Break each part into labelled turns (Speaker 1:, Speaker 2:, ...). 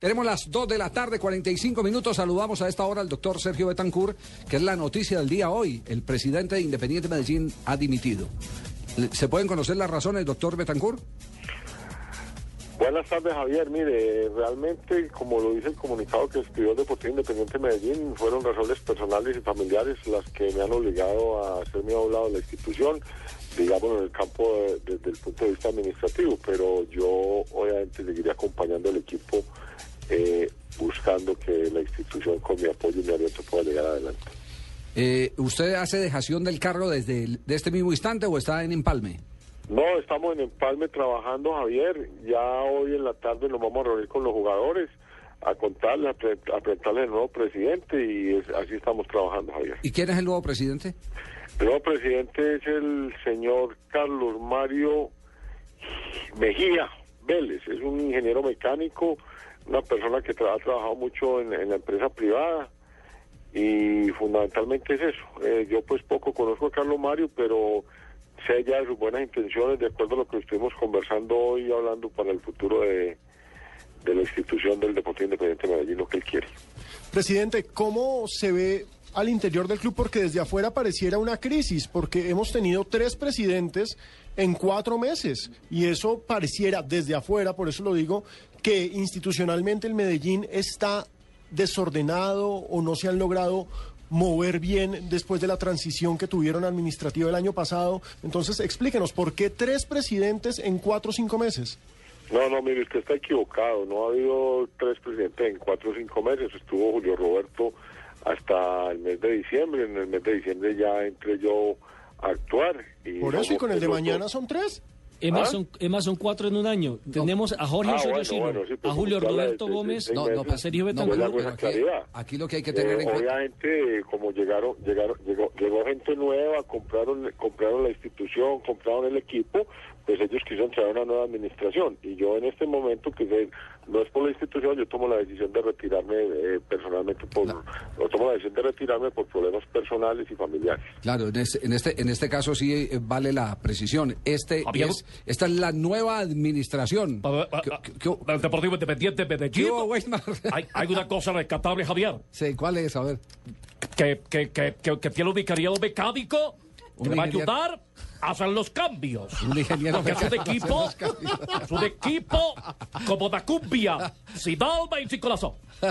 Speaker 1: Tenemos las 2 de la tarde, 45 minutos. Saludamos a esta hora al doctor Sergio Betancur, que es la noticia del día hoy. El presidente de Independiente Medellín ha dimitido. ¿Se pueden conocer las razones, doctor Betancur?
Speaker 2: Buenas tardes, Javier. Mire, realmente, como lo dice el comunicado que escribió el Deportivo Independiente Medellín, fueron razones personales y familiares las que me han obligado a hacerme a un lado de la institución, digamos, en el campo desde el punto de vista administrativo, pero yo obviamente seguiré acompañando al equipo buscando que la institución con mi apoyo y mi aliento pueda llegar adelante.
Speaker 1: ¿Usted hace dejación del cargo desde este mismo instante o está en empalme?
Speaker 2: No, estamos en empalme trabajando, Javier. Ya hoy en la tarde nos vamos a reunir con los jugadores, a contarles, a presentarles el nuevo presidente y así estamos trabajando, Javier.
Speaker 1: ¿Y quién es el nuevo presidente?
Speaker 2: El nuevo presidente es el señor Carlos Mario Mejía Vélez. Es un ingeniero mecánico, una persona que ha trabajado mucho en la empresa privada y fundamentalmente es eso. Yo pues poco conozco a Carlos Mario, pero sé ya de sus buenas intenciones, de acuerdo a lo que estuvimos conversando hoy, hablando para el futuro de la institución del Deportivo Independiente de Medellín, lo que él quiere.
Speaker 3: Presidente, ¿cómo se ve al interior del club? Porque desde afuera pareciera una crisis, porque hemos tenido 3 presidentes en 4 meses, y eso pareciera desde afuera, por eso lo digo, que institucionalmente el Medellín está desordenado o no se han logrado mover bien después de la transición que tuvieron administrativa el año pasado. Entonces, explíquenos, ¿por qué 3 presidentes en 4 o 5 meses?
Speaker 2: No, mire, usted está equivocado. No ha habido 3 presidentes en 4 o 5 meses. Estuvo Julio Roberto hasta el mes de diciembre. En el mes de diciembre ya entré yo a actuar.
Speaker 3: Por eso, y con el de mañana son 3.
Speaker 4: Es más, son 4 en un año. No. Tenemos a Jorge Osorio
Speaker 2: sí,
Speaker 4: a Julio Roberto Gómez, a Sergio Betancur.
Speaker 1: Aquí lo que hay que tener en cuenta...
Speaker 2: Obviamente, como llegó gente nueva, compraron la institución, compraron el equipo, pues ellos quisieron traer una nueva administración. Y yo en este momento, que no es por la institución, yo tomo la decisión de retirarme personalmente, tomo la decisión de retirarme por problemas personales y familiares.
Speaker 1: Claro, en este caso sí vale la precisión. Esta es la nueva administración.
Speaker 5: El Deportivo Independiente Medellín. Hay una cosa rescatable, Javier.
Speaker 1: Sí, ¿cuál es? A ver.
Speaker 5: Que tiene un ingeniero mecánico que le va a ayudar a hacer los cambios.
Speaker 1: Un ingeniero
Speaker 5: mecánico. Es un equipo como la cumbia, sin alma y sin corazón.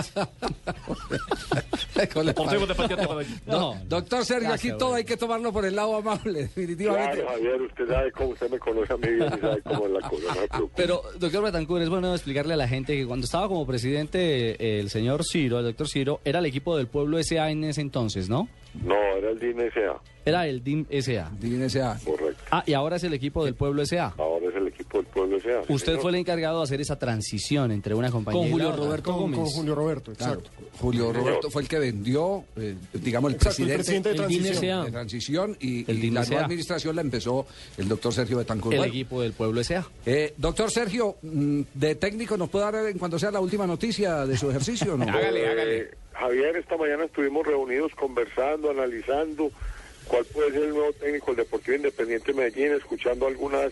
Speaker 1: No, doctor Sergio, aquí todo hay que tomarlo por el lado amable, definitivamente.
Speaker 2: Claro, Javier, usted sabe cómo, usted me conoce a mí bien y sabe cómo es la cosa. No,
Speaker 6: pero, doctor Betancur, es bueno explicarle a la gente que cuando estaba como presidente el señor Ciro, el doctor Ciro, era el equipo del Pueblo S.A. en ese entonces, ¿no?
Speaker 2: No, era el DIN S.A.
Speaker 6: Era el DIN S.A.
Speaker 1: DIN S.A.
Speaker 2: Correcto.
Speaker 6: Y ahora es el equipo del Pueblo S.A.
Speaker 2: Ahora es el equipo del Pueblo S.A.
Speaker 6: Usted
Speaker 2: señor.
Speaker 6: Fue el encargado de hacer esa transición entre una compañía
Speaker 4: con
Speaker 6: y
Speaker 4: Julio
Speaker 6: la otra.
Speaker 4: Roberto Gómez.
Speaker 3: Con Julio Roberto, exacto.
Speaker 1: Claro. Julio Roberto fue el que vendió, digamos, el presidente
Speaker 3: de
Speaker 1: transición y
Speaker 6: DIN
Speaker 1: la
Speaker 6: S.A.
Speaker 1: nueva administración la empezó el doctor Sergio Betancur.
Speaker 6: El equipo del Pueblo S.A.
Speaker 1: Doctor Sergio, de técnico, ¿nos puede dar en cuanto sea la última noticia de su ejercicio o no?
Speaker 5: Hágale.
Speaker 2: Javier, esta mañana estuvimos reunidos conversando, analizando cuál puede ser el nuevo técnico del Deportivo Independiente de Medellín, escuchando algunas,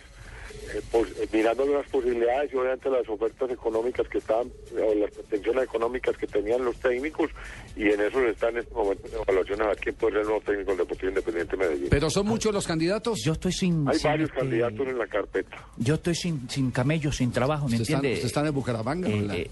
Speaker 2: mirando algunas posibilidades y obviamente las ofertas económicas que estaban, o las pretensiones económicas que tenían los técnicos, y en eso se está en este momento en evaluación a ver quién puede ser el nuevo técnico del Deportivo Independiente de Medellín.
Speaker 1: ¿Pero son muchos los candidatos?
Speaker 7: Yo estoy sin...
Speaker 2: Hay varios candidatos en la carpeta.
Speaker 7: Yo estoy sin camello, sin trabajo, ¿me entiende?
Speaker 1: ¿Usted está en Bucaramanga?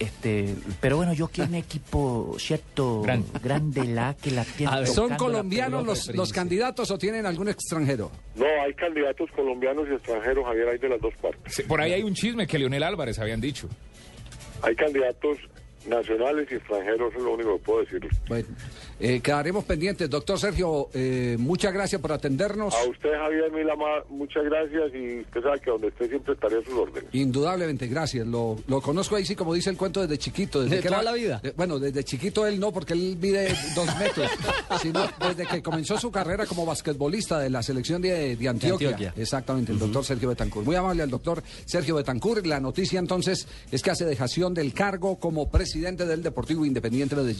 Speaker 7: Pero bueno, yo quiero un equipo, ¿cierto? Grande, que la tiene.
Speaker 1: ¿Son colombianos los candidatos o tienen algún extranjero?
Speaker 2: No, hay candidatos colombianos y extranjeros, Javier, hay de las dos partes.
Speaker 8: Sí, por ahí hay un chisme que Leonel Álvarez habían dicho.
Speaker 2: Hay candidatos nacionales y extranjeros, eso es lo único que puedo decir.
Speaker 1: Bueno, quedaremos pendientes. Doctor Sergio, muchas gracias por atendernos.
Speaker 2: A usted, Javier Milama, muchas gracias, y usted sabe que donde esté siempre estaré a sus órdenes.
Speaker 1: Indudablemente, gracias. Lo conozco ahí, sí, como dice el cuento, desde chiquito.
Speaker 6: ¿De toda la vida?
Speaker 1: Desde chiquito él no, porque él mide 2 metros, sino desde que comenzó su carrera como basquetbolista de la selección de Antioquia. Exactamente, el doctor Sergio Betancur. Muy amable al doctor Sergio Betancur. La noticia entonces es que hace dejación del cargo como presidente del Deportivo Independiente Medellín.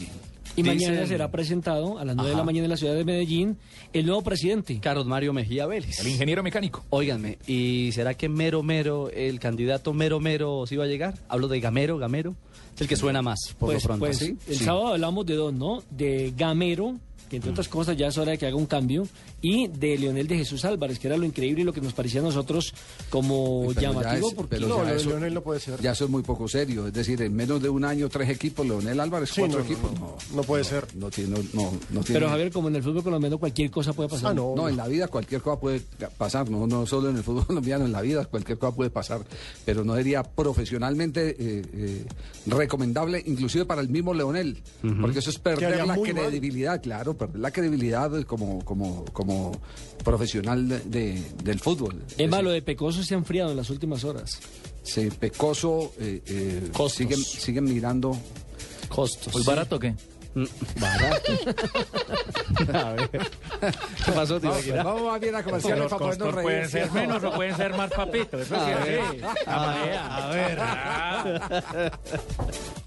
Speaker 4: Y mañana será presentado a las 9 de la mañana en la ciudad de Medellín el nuevo presidente.
Speaker 6: Carlos Mario Mejía Vélez.
Speaker 8: El ingeniero mecánico.
Speaker 6: Óiganme, ¿y será que el candidato Mero sí va a llegar? Hablo de Gamero, es el que suena más, por lo pronto.
Speaker 4: Pues,
Speaker 6: ¿sí?
Speaker 4: El sábado hablamos de dos, ¿no? De Gamero, que entre otras cosas ya es hora de que haga un cambio, y de Leonel de Jesús Álvarez, que era lo increíble y lo que nos parecía a nosotros como llamativo, porque
Speaker 3: Leonel no puede ser.
Speaker 1: Ya eso es muy poco serio, es decir, en menos de un año 3 equipos, Leonel Álvarez, 4 equipos.
Speaker 3: No puede ser.
Speaker 1: No tiene.
Speaker 4: Pero Javier, como en el fútbol colombiano cualquier cosa puede pasar.
Speaker 1: No, en la vida cualquier cosa puede pasar, no solo en el fútbol colombiano, en la vida cualquier cosa puede pasar, pero no sería profesionalmente recomendable, inclusive para el mismo Leonel, porque eso es perder la credibilidad, claro, perder la credibilidad como profesional del fútbol.
Speaker 4: Es malo, de Pecoso se ha enfriado en las últimas horas.
Speaker 1: Sí, Pecoso siguen mirando
Speaker 6: costos.
Speaker 5: ¿Muy barato o qué?
Speaker 6: Barato. A ver. ¿Qué pasó, tío?
Speaker 1: Vamos a ver a comerciales para podernos reír.
Speaker 5: Pueden ser menos o pueden ser más, papito. Eso sí,
Speaker 6: a ver.